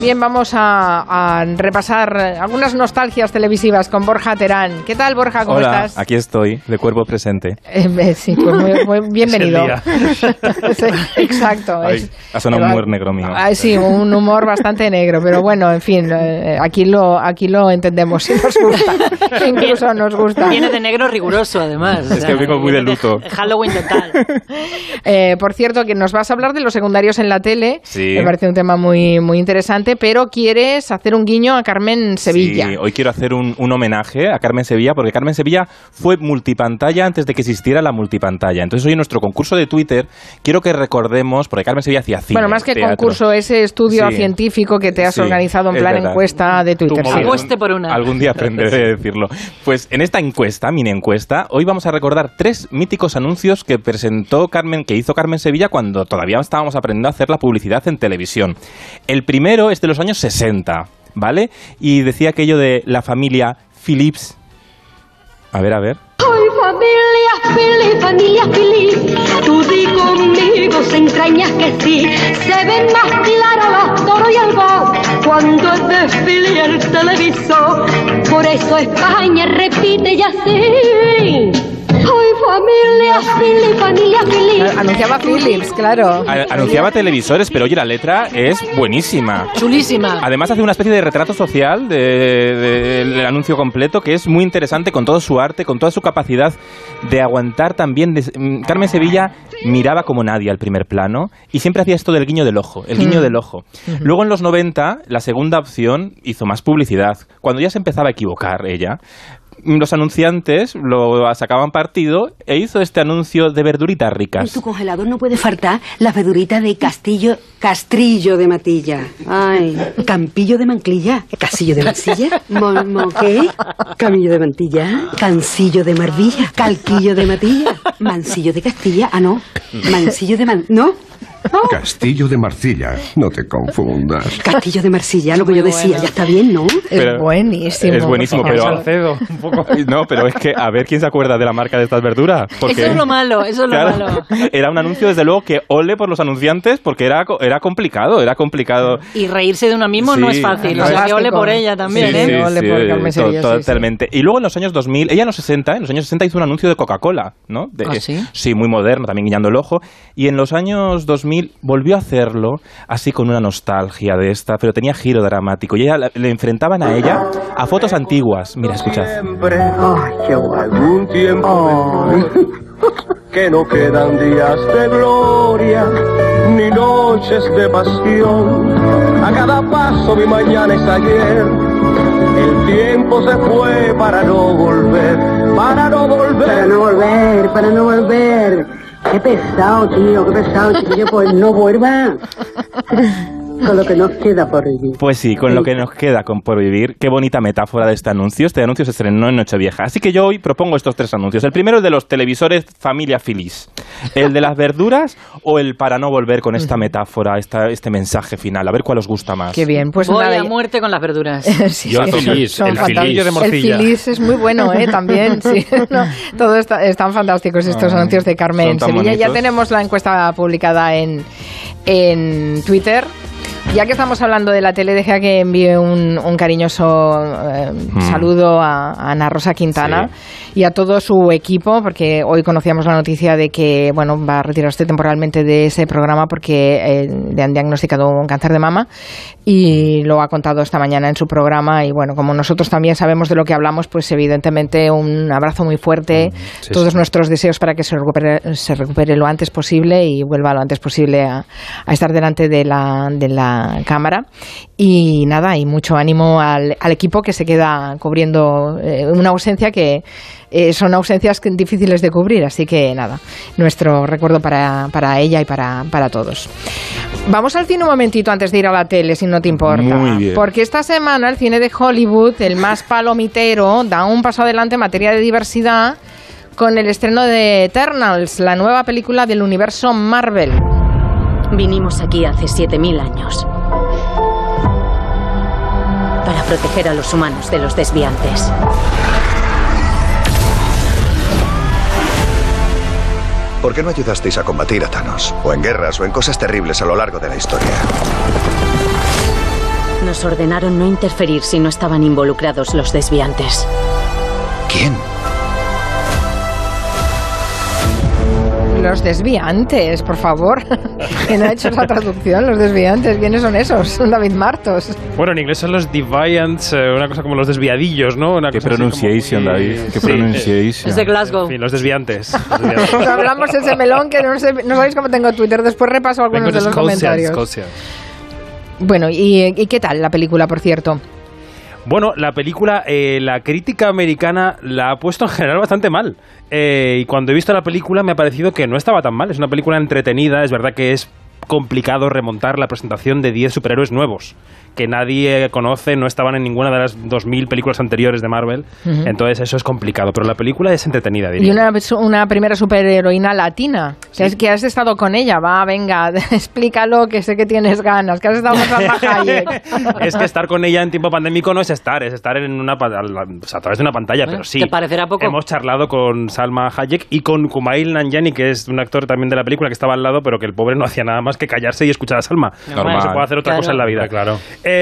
Bien, vamos a repasar algunas nostalgias televisivas con Borja Terán. ¿Qué tal, Borja? ¿Cómo estás? Aquí estoy, de cuerpo presente. Sí, pues muy bienvenido. Sí, exacto. Ay, ha sonado un humor negro mío. Sí, un humor bastante negro, pero bueno, en fin, aquí lo entendemos y nos gusta. Incluso nos gusta. Viene de negro riguroso, además. Es que vengo muy de luto. Halloween total. Por cierto, que nos vas a hablar de los secundarios en la tele. Sí. Me parece un tema muy, muy interesante, pero quieres hacer un guiño a Carmen Sevilla. Sí, hoy quiero hacer un homenaje a Carmen Sevilla, porque Carmen Sevilla fue multipantalla antes de que existiera la multipantalla. Entonces hoy en nuestro concurso de Twitter quiero que recordemos, porque Carmen Sevilla hacía cine, bueno, más que teatro. Concurso, ese estudio científico que te has organizado en plan encuesta de Twitter. Apueste por una. Algún día aprenderé a decirlo. Pues en esta encuesta, mini encuesta, hoy vamos a recordar 3 míticos anuncios que presentó Carmen, que hizo Carmen Sevilla cuando todavía estábamos aprendiendo a hacer la publicidad en televisión. El primero es de los años 60, ¿vale? Y decía aquello de la familia Philips. A ver. Hoy familia Philips, tú di conmigo, se entrañas que sí, se ven más claras las toro y el voz, cuando es desfile el televisor, por eso España repite y así. Hoy familia Philips. Anunciaba Philips, claro. Anunciaba televisores, pero oye, la letra es buenísima. Chulísima. Además hace una especie de retrato social del anuncio completo, que es muy interesante, con todo su arte, con toda su capacidad de aguantar también. Carmen Sevilla miraba como nadie al primer plano y siempre hacía esto del guiño del ojo, el guiño del ojo. Luego en los 90, la segunda opción hizo más publicidad. Cuando ya se empezaba a equivocar ella, los anunciantes lo sacaban partido e hizo este anuncio de verduritas ricas. En tu congelador no puede faltar la verdurita de Castrillo de Matilla. Ay, Campillo de Manclilla. Castillo de Mansilla. ¿Qué? Camillo de Mantilla. Cancillo de Marbilla. Calquillo de Matilla. Mancillo de Castilla. Ah, no. Mancillo de ¿no? Oh. Castillo de Marcilla, no te confundas. Castillo de Marcilla, lo que yo decía, ya está bien, ¿no? Es buenísimo. Es buenísimo, pero Salcedo, un poco. No, pero es que a ver quién se acuerda de la marca de estas verduras. Porque, eso es lo malo, claro, Era un anuncio, desde luego, que ole por los anunciantes, porque era complicado. Y reírse de uno mismo no es fácil, o sea, que ole por ella también, sí, ole por Carmen Sevilla, totalmente. Y luego en los años 2000, ella en los 60 hizo un anuncio de Coca-Cola, ¿no? ¿Sí? Sí, muy moderno, también guiñando el ojo. Y en los años 2000 volvió a hacerlo así con una nostalgia de esta, pero tenía giro dramático y ella le enfrentaban a ella a fotos antiguas. Mira, escuchad. Ay, qué guay. Algún tiempo que no quedan días de gloria ni noches de pasión. A cada paso mi mañana es ayer. El tiempo se fue para no volver. Para no volver. Qué pesado, chiquillo, pues no vuelva. Con lo que nos queda por vivir. Pues sí, con lo que nos queda por vivir. Qué bonita metáfora de este anuncio. Este anuncio se estrenó en Nochevieja. Así que yo hoy propongo estos 3 anuncios. El primero, el de los televisores familia Philips. El de las verduras o el para no volver, con esta metáfora, este mensaje final. A ver cuál os gusta más. Qué bien. Pues voy a muerte con las verduras. Sí, yo a Philips, el Philips de morcilla. El Philips es muy bueno, también. Sí. No, todo están fantásticos estos anuncios de Carmen Sevilla. Bonitos. Ya tenemos la encuesta publicada en Twitter. Ya que estamos hablando de la tele, deja que envíe un cariñoso saludo a Ana Rosa Quintana y a todo su equipo, porque hoy conocíamos la noticia de que va a retirarse temporalmente de ese programa porque le han diagnosticado un cáncer de mama y lo ha contado esta mañana en su programa. Y bueno, como nosotros también sabemos de lo que hablamos, pues evidentemente un abrazo muy fuerte, todos nuestros deseos para que se recupere lo antes posible y vuelva lo antes posible a estar delante de la cámara. Y nada, y mucho ánimo al equipo que se queda cubriendo una ausencia que son ausencias difíciles de cubrir, así que nada, nuestro recuerdo para ella y para todos. Vamos al cine un momentito antes de ir a la tele, si no te importa. Muy bien. Porque esta semana el cine de Hollywood, el más palomitero, da un paso adelante en materia de diversidad con el estreno de Eternals, la nueva película del universo Marvel. Vinimos aquí hace 7000 años para proteger a los humanos de los desviantes. ¿Por qué no ayudasteis a combatir a Thanos? O en guerras o en cosas terribles a lo largo de la historia. nos ordenaron no interferir si no estaban involucrados los desviantes. ¿Quién? Los desviantes, por favor. ¿Quién ha hecho esa traducción? Los desviantes, ¿quiénes son esos? Son David Martos. Bueno, en inglés son los deviants, una cosa como los desviadillos, ¿no? Una Qué cosa pronunciation, muy... David. Qué pronunciation. Es de Glasgow. En fin, los desviantes. Cuando hablamos ese melón que no sabéis cómo tengo Twitter. Después repaso algunos de los comentarios. Escocia. Bueno, ¿y qué tal la película, por cierto? Bueno, la película, la crítica americana la ha puesto en general bastante mal. Y cuando he visto la película me ha parecido que no estaba tan mal. Es una película entretenida. Es verdad que es complicado remontar la presentación de 10 superhéroes nuevos que nadie conoce, no estaban en ninguna de las 2000 películas anteriores de Marvel. Entonces eso es complicado, pero la película es entretenida, diría. Y una primera superheroína latina, que has estado con ella. Va, venga, explícalo, que sé que tienes ganas, que has estado con Salma Hayek. Es que estar con ella en tiempo pandémico no es estar en una, a través de una pantalla, pero sí. ¿Te parecerá poco? Hemos charlado con Salma Hayek y con Kumail Nanjiani, que es un actor también de la película que estaba al lado, pero que el pobre no hacía nada más que callarse y escuchar a Salma. Normal. No se puede hacer otra cosa en la vida. Claro.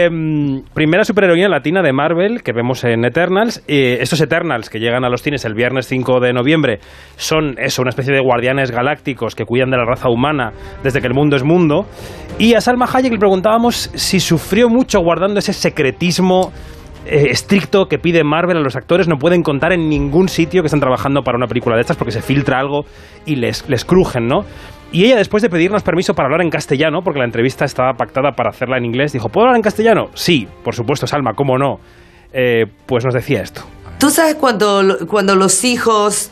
Primera superheroína latina de Marvel que vemos en Eternals. Estos Eternals que llegan a los cines el viernes 5 de noviembre son eso, una especie de guardianes galácticos que cuidan de la raza humana desde que el mundo es mundo. Y a Salma Hayek le preguntábamos si sufrió mucho guardando ese secretismo estricto que pide Marvel a los actores. No pueden contar en ningún sitio que están trabajando para una película de estas porque se filtra algo y les crujen, ¿no? Y ella, después de pedirnos permiso para hablar en castellano, porque la entrevista estaba pactada para hacerla en inglés, dijo, ¿puedo hablar en castellano? Sí, por supuesto, Salma, ¿cómo no? Pues nos decía esto. Tú sabes cuando los hijos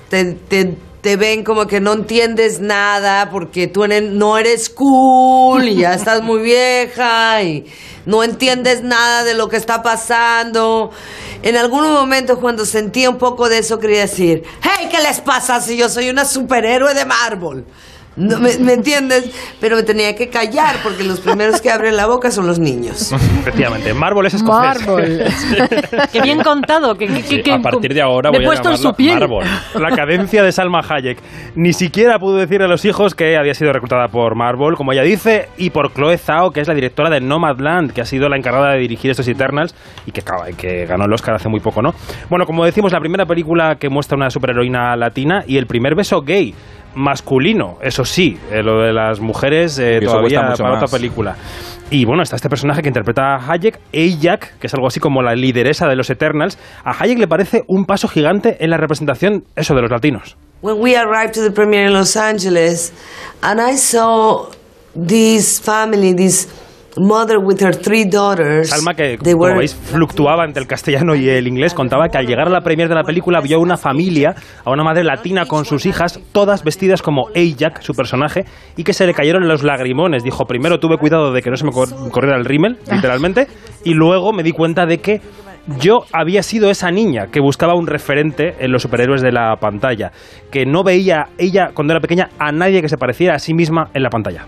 te ven como que no entiendes nada porque tú no eres cool y ya estás muy vieja y no entiendes nada de lo que está pasando. En algunos momentos cuando sentía un poco de eso quería decir, hey, ¿qué les pasa si yo soy una superhéroe de Marvel? No, ¿me entiendes? Pero me tenía que callar porque los primeros que abren la boca son los niños. Efectivamente, Marvel es escocés. Marvel. Qué bien contado. Que a partir de ahora voy a llamarla Marvel. La cadencia de Salma Hayek. Ni siquiera pudo decir a los hijos que había sido reclutada por Marvel, como ella dice, y por Chloe Zhao, que es la directora de Nomadland, que ha sido la encargada de dirigir estos Eternals y que ganó el Oscar hace muy poco, ¿no? Bueno, como decimos, la primera película que muestra una superheroína latina y el primer beso gay masculino, eso sí, lo de las mujeres todavía para otra película. Y bueno, está este personaje que interpreta a Hayek, Ajak, que es algo así como la lideresa de los Eternals. A Hayek le parece un paso gigante en la representación, eso, de los latinos. When we arrived to the premiere in Los Angeles, and I saw this family, this mother with her 3 daughters. Salma, que como veis fluctuaba entre el castellano y el inglés, contaba que al llegar a la premier de la película vio una familia, a una madre latina con sus hijas, todas vestidas como Ajak, su personaje, y que se le cayeron los lagrimones. Dijo, primero tuve cuidado de que no se me corriera el rímel, literalmente, y luego me di cuenta de que yo había sido esa niña que buscaba un referente en los superhéroes de la pantalla, que no veía ella, cuando era pequeña, a nadie que se pareciera a sí misma en la pantalla.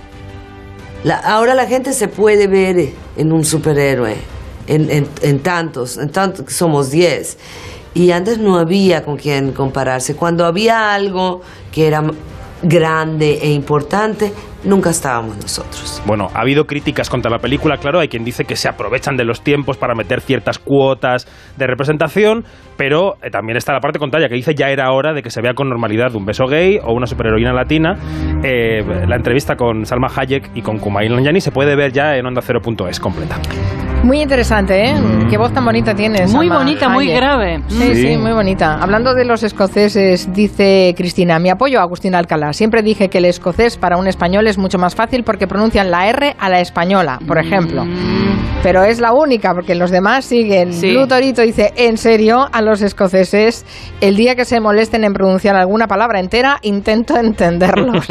Ahora la gente se puede ver en un superhéroe, en tantos que somos 10. Y antes no había con quién compararse. Cuando había algo que era grande e importante, nunca estábamos nosotros. Bueno, ha habido críticas contra la película, claro, hay quien dice que se aprovechan de los tiempos para meter ciertas cuotas de representación, pero también está la parte contraria, que dice ya era hora de que se vea con normalidad un beso gay o una superheroína latina. La entrevista con Salma Hayek y con Kumail Nanjiani se puede ver ya en OndaCero.es completa. Muy interesante, ¿eh? Qué voz tan bonita tienes. Muy Salma bonita, Hayek. muy grave. Sí, muy bonita. Hablando de los escoceses, dice Cristina, mi apoyo a Agustín Alcalá. Siempre dije que el escocés para un español es mucho más fácil porque pronuncian la R a la española, por ejemplo. Pero es la única, porque los demás siguen. Sí. Blue Torito dice, en serio, a los escoceses, el día que se molesten en pronunciar alguna palabra entera, intento entenderlos.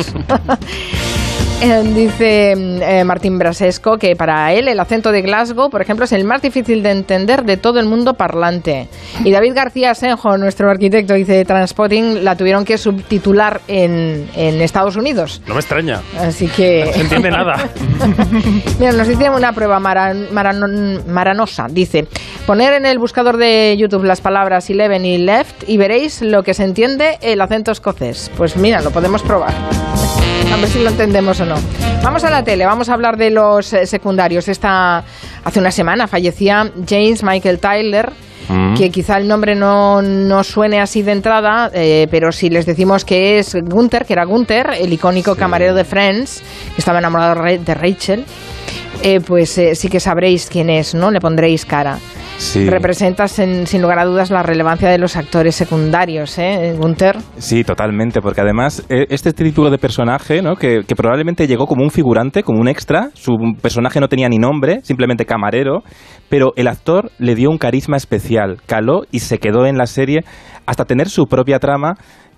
Dice Martín Brasesco que para él el acento de Glasgow, por ejemplo, es el más difícil de entender de todo el mundo parlante. Y David García Senjo, nuestro arquitecto, dice Transpotting la tuvieron que subtitular en Estados Unidos. No me extraña. Así que... No se entiende nada. Mira, nos dice una prueba maranosa. Dice, poner en el buscador de YouTube las palabras 11 y left y veréis lo que se entiende el acento escocés. Pues mira, lo podemos probar. A ver si lo entendemos o no. Vamos a la tele, vamos a hablar de los secundarios. Hace una semana fallecía James Michael Tyler, que quizá el nombre no suene así de entrada, pero si les decimos que es Gunther, que era Gunther, el icónico camarero de Friends, que estaba enamorado de Rachel, pues sí que sabréis quién es, ¿no? Le pondréis cara. Sí. Representas sin lugar a dudas la relevancia de los actores secundarios, Gunther. Sí, totalmente, porque además este tipo de personaje, ¿no? que probablemente llegó como un figurante, como un extra, su personaje no tenía ni nombre, simplemente camarero, pero el actor le dio un carisma especial, caló y se quedó en la serie hasta tener su propia trama,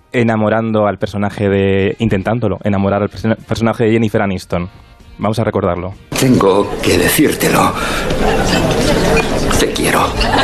intentándolo enamorar al personaje de Jennifer Aniston. Vamos a recordarlo. Tengo que decírtelo. Te quiero.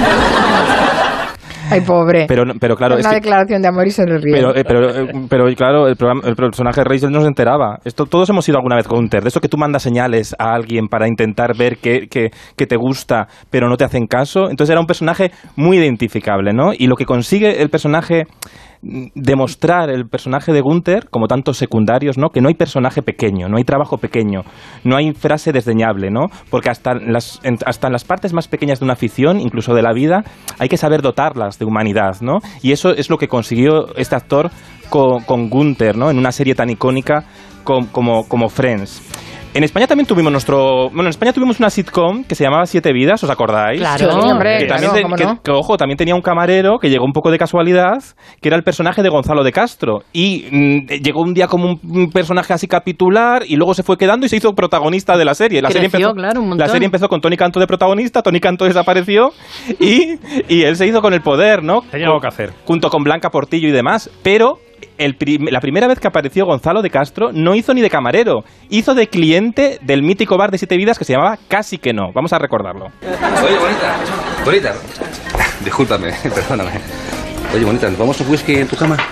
Ay, pobre. Pero claro, una declaración de amor y se le ríe. Pero claro, el personaje de Rachel no se enteraba. Todos hemos sido alguna vez Gunther. De eso que tú mandas señales a alguien para intentar ver que te gusta, pero no te hacen caso. Entonces era un personaje muy identificable, ¿no? Y lo que consigue el personaje demostrar el personaje de Gunther, como tantos secundarios, ¿no? Que no hay personaje pequeño, no hay trabajo pequeño, no hay frase desdeñable, ¿no? Porque hasta en las partes más pequeñas de una ficción, incluso de la vida, hay que saber dotarlas de humanidad, ¿no? Y eso es lo que consiguió este actor con Gunther, ¿no? En una serie tan icónica como Friends. En España también tuvimos una sitcom que se llamaba Siete Vidas, ¿os acordáis? Claro, hombre, ojo, también tenía un camarero que llegó un poco de casualidad, que era el personaje de Gonzalo de Castro, y llegó un día como un personaje así capitular, y luego se fue quedando y se hizo protagonista de la serie. La serie empezó con Tony Canto de protagonista, Tony Canto desapareció, y él se hizo con el poder, ¿no? Tenía algo que hacer. Junto con Blanca Portillo y demás, pero la primera vez que apareció Gonzalo de Castro no hizo ni de camarero, hizo de cliente del mítico bar de Siete Vidas que se llamaba Casi que no. Vamos a recordarlo. Oye, bonita, discúlpame, perdóname. Oye, bonita, ¿nos vamos a un whisky en tu cama?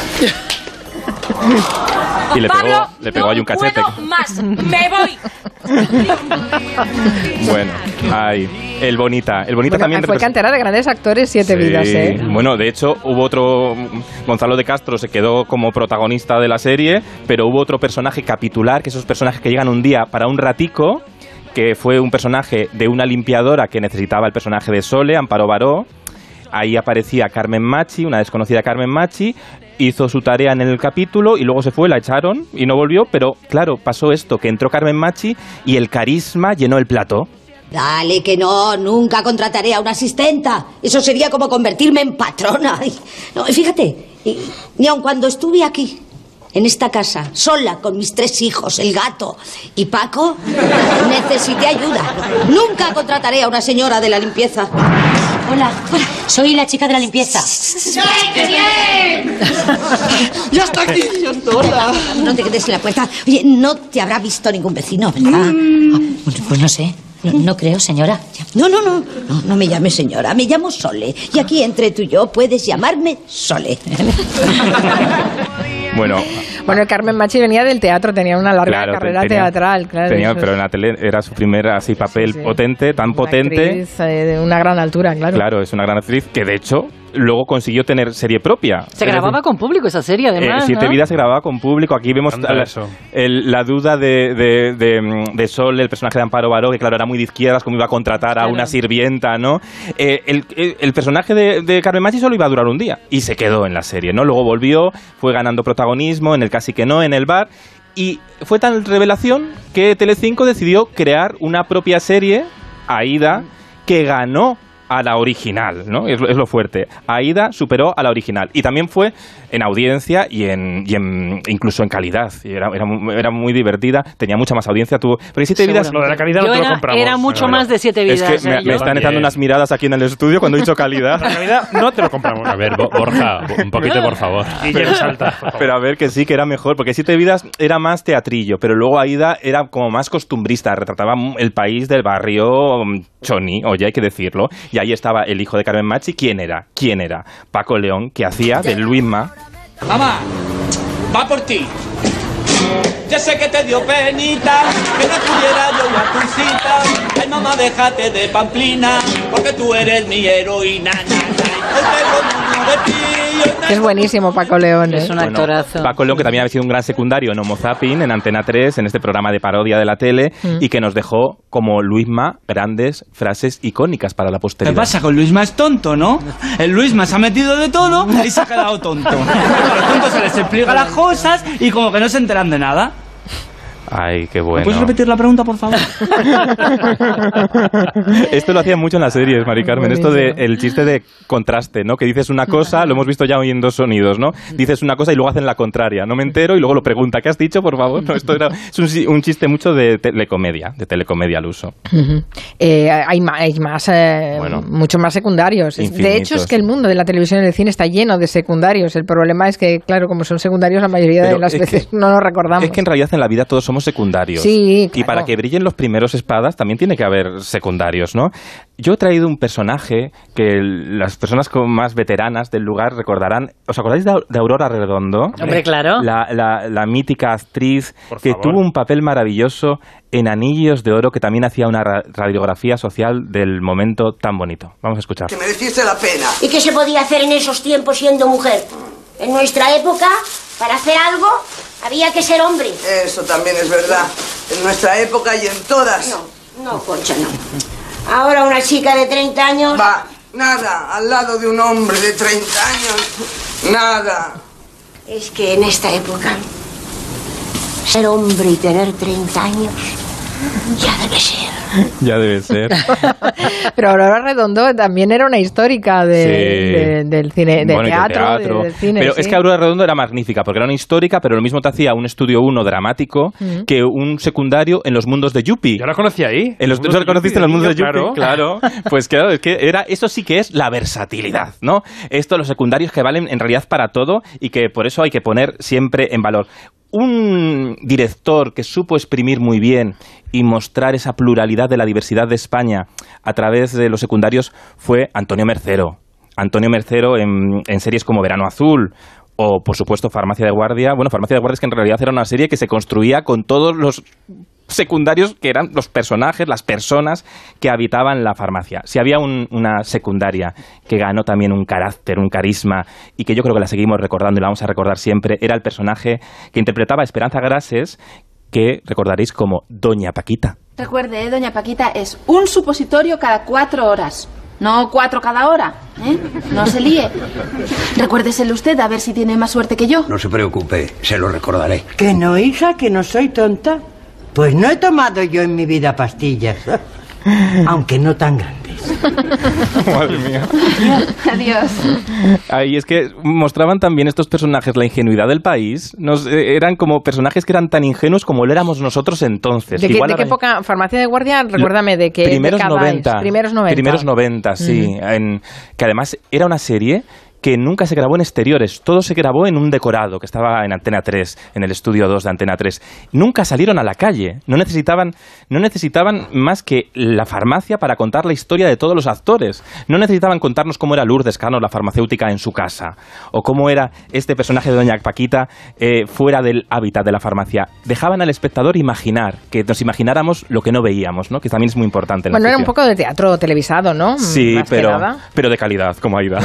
Y le pegó ahí un cachete. Más, me voy. Bueno, el Bonita también fue cantera de grandes actores, Siete Vidas, Bueno, de hecho, hubo otro, Gonzalo de Castro se quedó como protagonista de la serie, pero hubo otro personaje capitular, que esos personajes que llegan un día para un ratico, que fue un personaje de una limpiadora que necesitaba el personaje de Sole, Amparo Baró. Ahí aparecía Carmen Machi, una desconocida Carmen Machi, hizo su tarea en el capítulo y luego se fue, la echaron y no volvió, pero claro, pasó esto, que entró Carmen Machi y el carisma llenó el plató. Dale que no, nunca contrataré a una asistenta. Eso sería como convertirme en patrona. No, fíjate, ni aun cuando estuve aquí, en esta casa, sola con mis 3 hijos, el gato y Paco, necesité ayuda. Nunca contrataré a una señora de la limpieza. Hola, soy la chica de la limpieza. ¡Qué bien! ¡Ya está aquí! ¡Hola! No te quedes en la puerta. Oye, no te habrá visto ningún vecino, ¿verdad? Pues no sé. No creo, señora. No me llames señora, me llamo Sole. Y aquí entre tú y yo puedes llamarme Sole. Bueno, Carmen Machi venía del teatro, tenía una larga carrera teatral, claro. Pero en la tele era su primer papel potente, tan potente. Actriz de una gran altura, claro. Claro, es una gran actriz que de hecho luego consiguió tener serie propia. Se grababa con público esa serie, además, Siete Vidas se grababa con público. Aquí vemos la duda de Sol, el personaje de Amparo Baró, que claro, era muy de izquierdas, como iba a contratar a una sirvienta, ¿no? El personaje de Carmen Machi solo iba a durar un día y se quedó en la serie, ¿no? Luego volvió, fue ganando protagonismo en el Casi que no, en el bar, y fue tal revelación que Telecinco decidió crear una propia serie, Aída, que ganó a la original, ¿no? Es lo fuerte. Aída superó a la original. Y también fue en audiencia y incluso en calidad. Y era muy divertida, tenía mucha más audiencia. Pero Siete Vidas... Lo de la calidad no te lo compramos. Era mucho más de Siete Vidas. Es que me están echando unas miradas aquí en el estudio cuando he dicho calidad. La calidad no te lo compramos. A ver, Borja, un poquito, por favor. Y salta. Pero a ver, que sí, que era mejor, porque Siete Vidas era más teatrillo, pero luego Aída era como más costumbrista, retrataba el país del barrio choni, oye, hay que decirlo. Y ahí estaba el hijo de Carmen Machi. ¿Quién era? Paco León, que hacía de Luisma. Mamá, va por ti. Ya sé que te dio penita, que no pudiera yo ir a tu cita. Ay, mamá, déjate de pamplina. porque tú eres mi heroína. Es buenísimo Paco León. Es un actorazo. Paco León, que también había sido un gran secundario en Homo Zapping, en Antena 3, en este programa de parodia de la tele, y que nos dejó, como Luisma, grandes frases icónicas para la posteridad. ¿Qué pasa? Con Luisma es tonto, ¿no? El Luisma se ha metido de todo y se ha quedado tonto. A los tontos se les explica las cosas y como que no se enteran de nada. Ay, qué bueno. ¿Puedes repetir la pregunta, por favor? Esto lo hacían mucho en las series, Mari Carmen. Esto de el chiste de contraste, ¿no? Que dices una cosa, lo hemos visto ya hoy en Dos Sonidos, ¿no? Dices una cosa y luego hacen la contraria. No me entero y luego lo pregunta. ¿Qué has dicho, por favor? No, esto es un chiste mucho de telecomedia al uso. Hay más, mucho más secundarios. Infinitos. De hecho, es que el mundo de la televisión y del cine está lleno de secundarios. El problema es que, claro, como son secundarios, la mayoría de las veces no nos recordamos. Es que en realidad en la vida todos somos secundarios. Sí, claro. Y para que brillen los primeros espadas también tiene que haber secundarios, ¿no? Yo he traído un personaje que las personas más veteranas del lugar recordarán. ¿Os acordáis de Aurora Redondo? Hombre, claro. La mítica actriz que tuvo un papel maravilloso en Anillos de Oro, que también hacía una radiografía social del momento tan bonito. Vamos a escuchar. Que mereciese la pena. ¿Y qué se podía hacer en esos tiempos siendo mujer? En nuestra época, para hacer algo, había que ser hombre. Eso también es verdad. En nuestra época y en todas. No, Concha, no. Ahora una chica de 30 años... Va, nada, al lado de un hombre de 30 años, nada. Es que en esta época, ser hombre y tener 30 años, ya debe ser. Ya debe ser. Pero Aurora Redondo también era una histórica del cine, teatro. Del cine, pero sí. Es que Aurora Redondo era magnífica, porque era una histórica, pero lo mismo te hacía un estudio 1 dramático que un secundario en los mundos de Yuppie. Yo la conocí ahí. ¿Tú la conociste en los mundos de Yuppie? Claro. Pues claro, es que eso sí que es la versatilidad, ¿no? Los secundarios que valen en realidad para todo y que por eso hay que poner siempre en valor. Un director que supo exprimir muy bien y mostrar esa pluralidad de la diversidad de España a través de los secundarios fue Antonio Mercero. Antonio Mercero en series como Verano Azul o, por supuesto, Farmacia de Guardia. Bueno, Farmacia de Guardia es que en realidad era una serie que se construía con todos los secundarios que eran los personajes, las personas que habitaban la farmacia. Si había una secundaria que ganó también un carácter, un carisma, y que yo creo que la seguimos recordando y la vamos a recordar siempre, era el personaje que interpretaba a Esperanza Grases, que recordaréis como Doña Paquita. Recuerde, Doña Paquita es un supositorio cada 4 horas. No 4 cada hora, ¿eh? No se líe. Recuérdeselo usted a ver si tiene más suerte que yo. No se preocupe, se lo recordaré. Que no, hija, que no soy tonta. Pues no he tomado yo en mi vida pastillas, aunque no tan grandes. Madre mía. Adiós. Ahí es que mostraban también estos personajes la ingenuidad del país. Eran como personajes que eran tan ingenuos como lo éramos nosotros entonces. ¿De qué época? Farmacia de Guardia, recuérdame de qué primeros 90. Primeros 90, sí. Que además era una serie que nunca se grabó en exteriores, todo se grabó en un decorado que estaba en Antena 3, en el estudio 2 de Antena 3. Nunca salieron a la calle, no necesitaban más que la farmacia para contar la historia de todos los actores. No necesitaban contarnos cómo era Lourdes Cano, la farmacéutica, en su casa, o cómo era este personaje de Doña Paquita fuera del hábitat de la farmacia. Dejaban al espectador imaginar, que nos imagináramos lo que no veíamos, ¿no? Que también es muy importante. Bueno, era un poco de teatro televisado, ¿no? Sí, más pero de calidad, como Aida.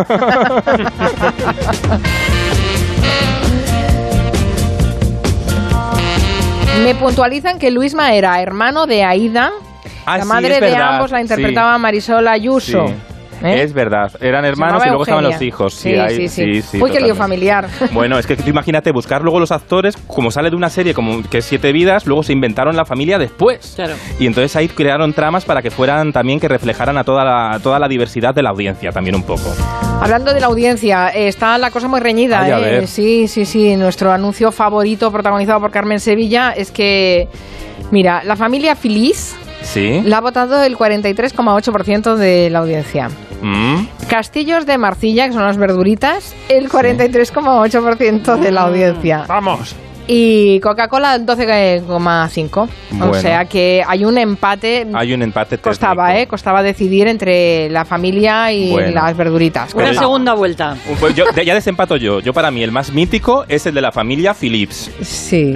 Me puntualizan que Luisma era hermano de Aida, la madre de ambos la interpretaba Marisol Ayuso. Sí. Es verdad, eran hermanos y luego estaban los hijos. Sí. Uy, qué lío familiar. Bueno, es que tú imagínate buscar luego los actores, como sale de una serie como que es 7 vidas, luego se inventaron la familia después. Claro. Y entonces ahí crearon tramas para que fueran también, que reflejaran a toda la diversidad de la audiencia también un poco. Hablando de la audiencia, está la cosa muy reñida. Sí, nuestro anuncio favorito protagonizado por Carmen Sevilla es que, mira, la familia Feliz la ha votado el 43,8% de la audiencia. Castillos de Marcilla, que son las verduritas, el 43,8% de la audiencia. Vamos. Y Coca-Cola 12,5. Bueno. O sea que hay un empate. Hay un empate técnico. Costaba decidir entre la familia y las verduritas. Una segunda vuelta. Pues ya desempato yo. Yo para mí el más mítico es el de la familia Philips. Sí.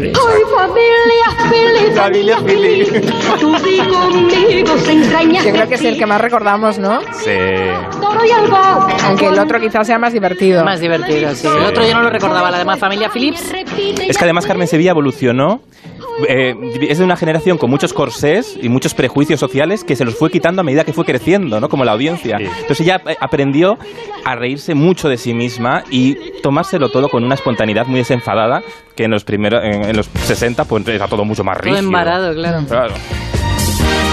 Familia Philips. Yo creo que es el que más recordamos, ¿no? Sí. Aunque el otro quizás sea más divertido. Más divertido, sí. El otro yo no lo recordaba, la demás familia Philips. Es que además Carmen Sevilla evolucionó. Es de una generación con muchos corsés y muchos prejuicios sociales que se los fue quitando a medida que fue creciendo, ¿no? Como la audiencia. Sí. Entonces ella aprendió a reírse mucho de sí misma y tomárselo todo con una espontaneidad muy desenfadada, que en los 60 pues era todo mucho más rígido. Todo embarado, claro.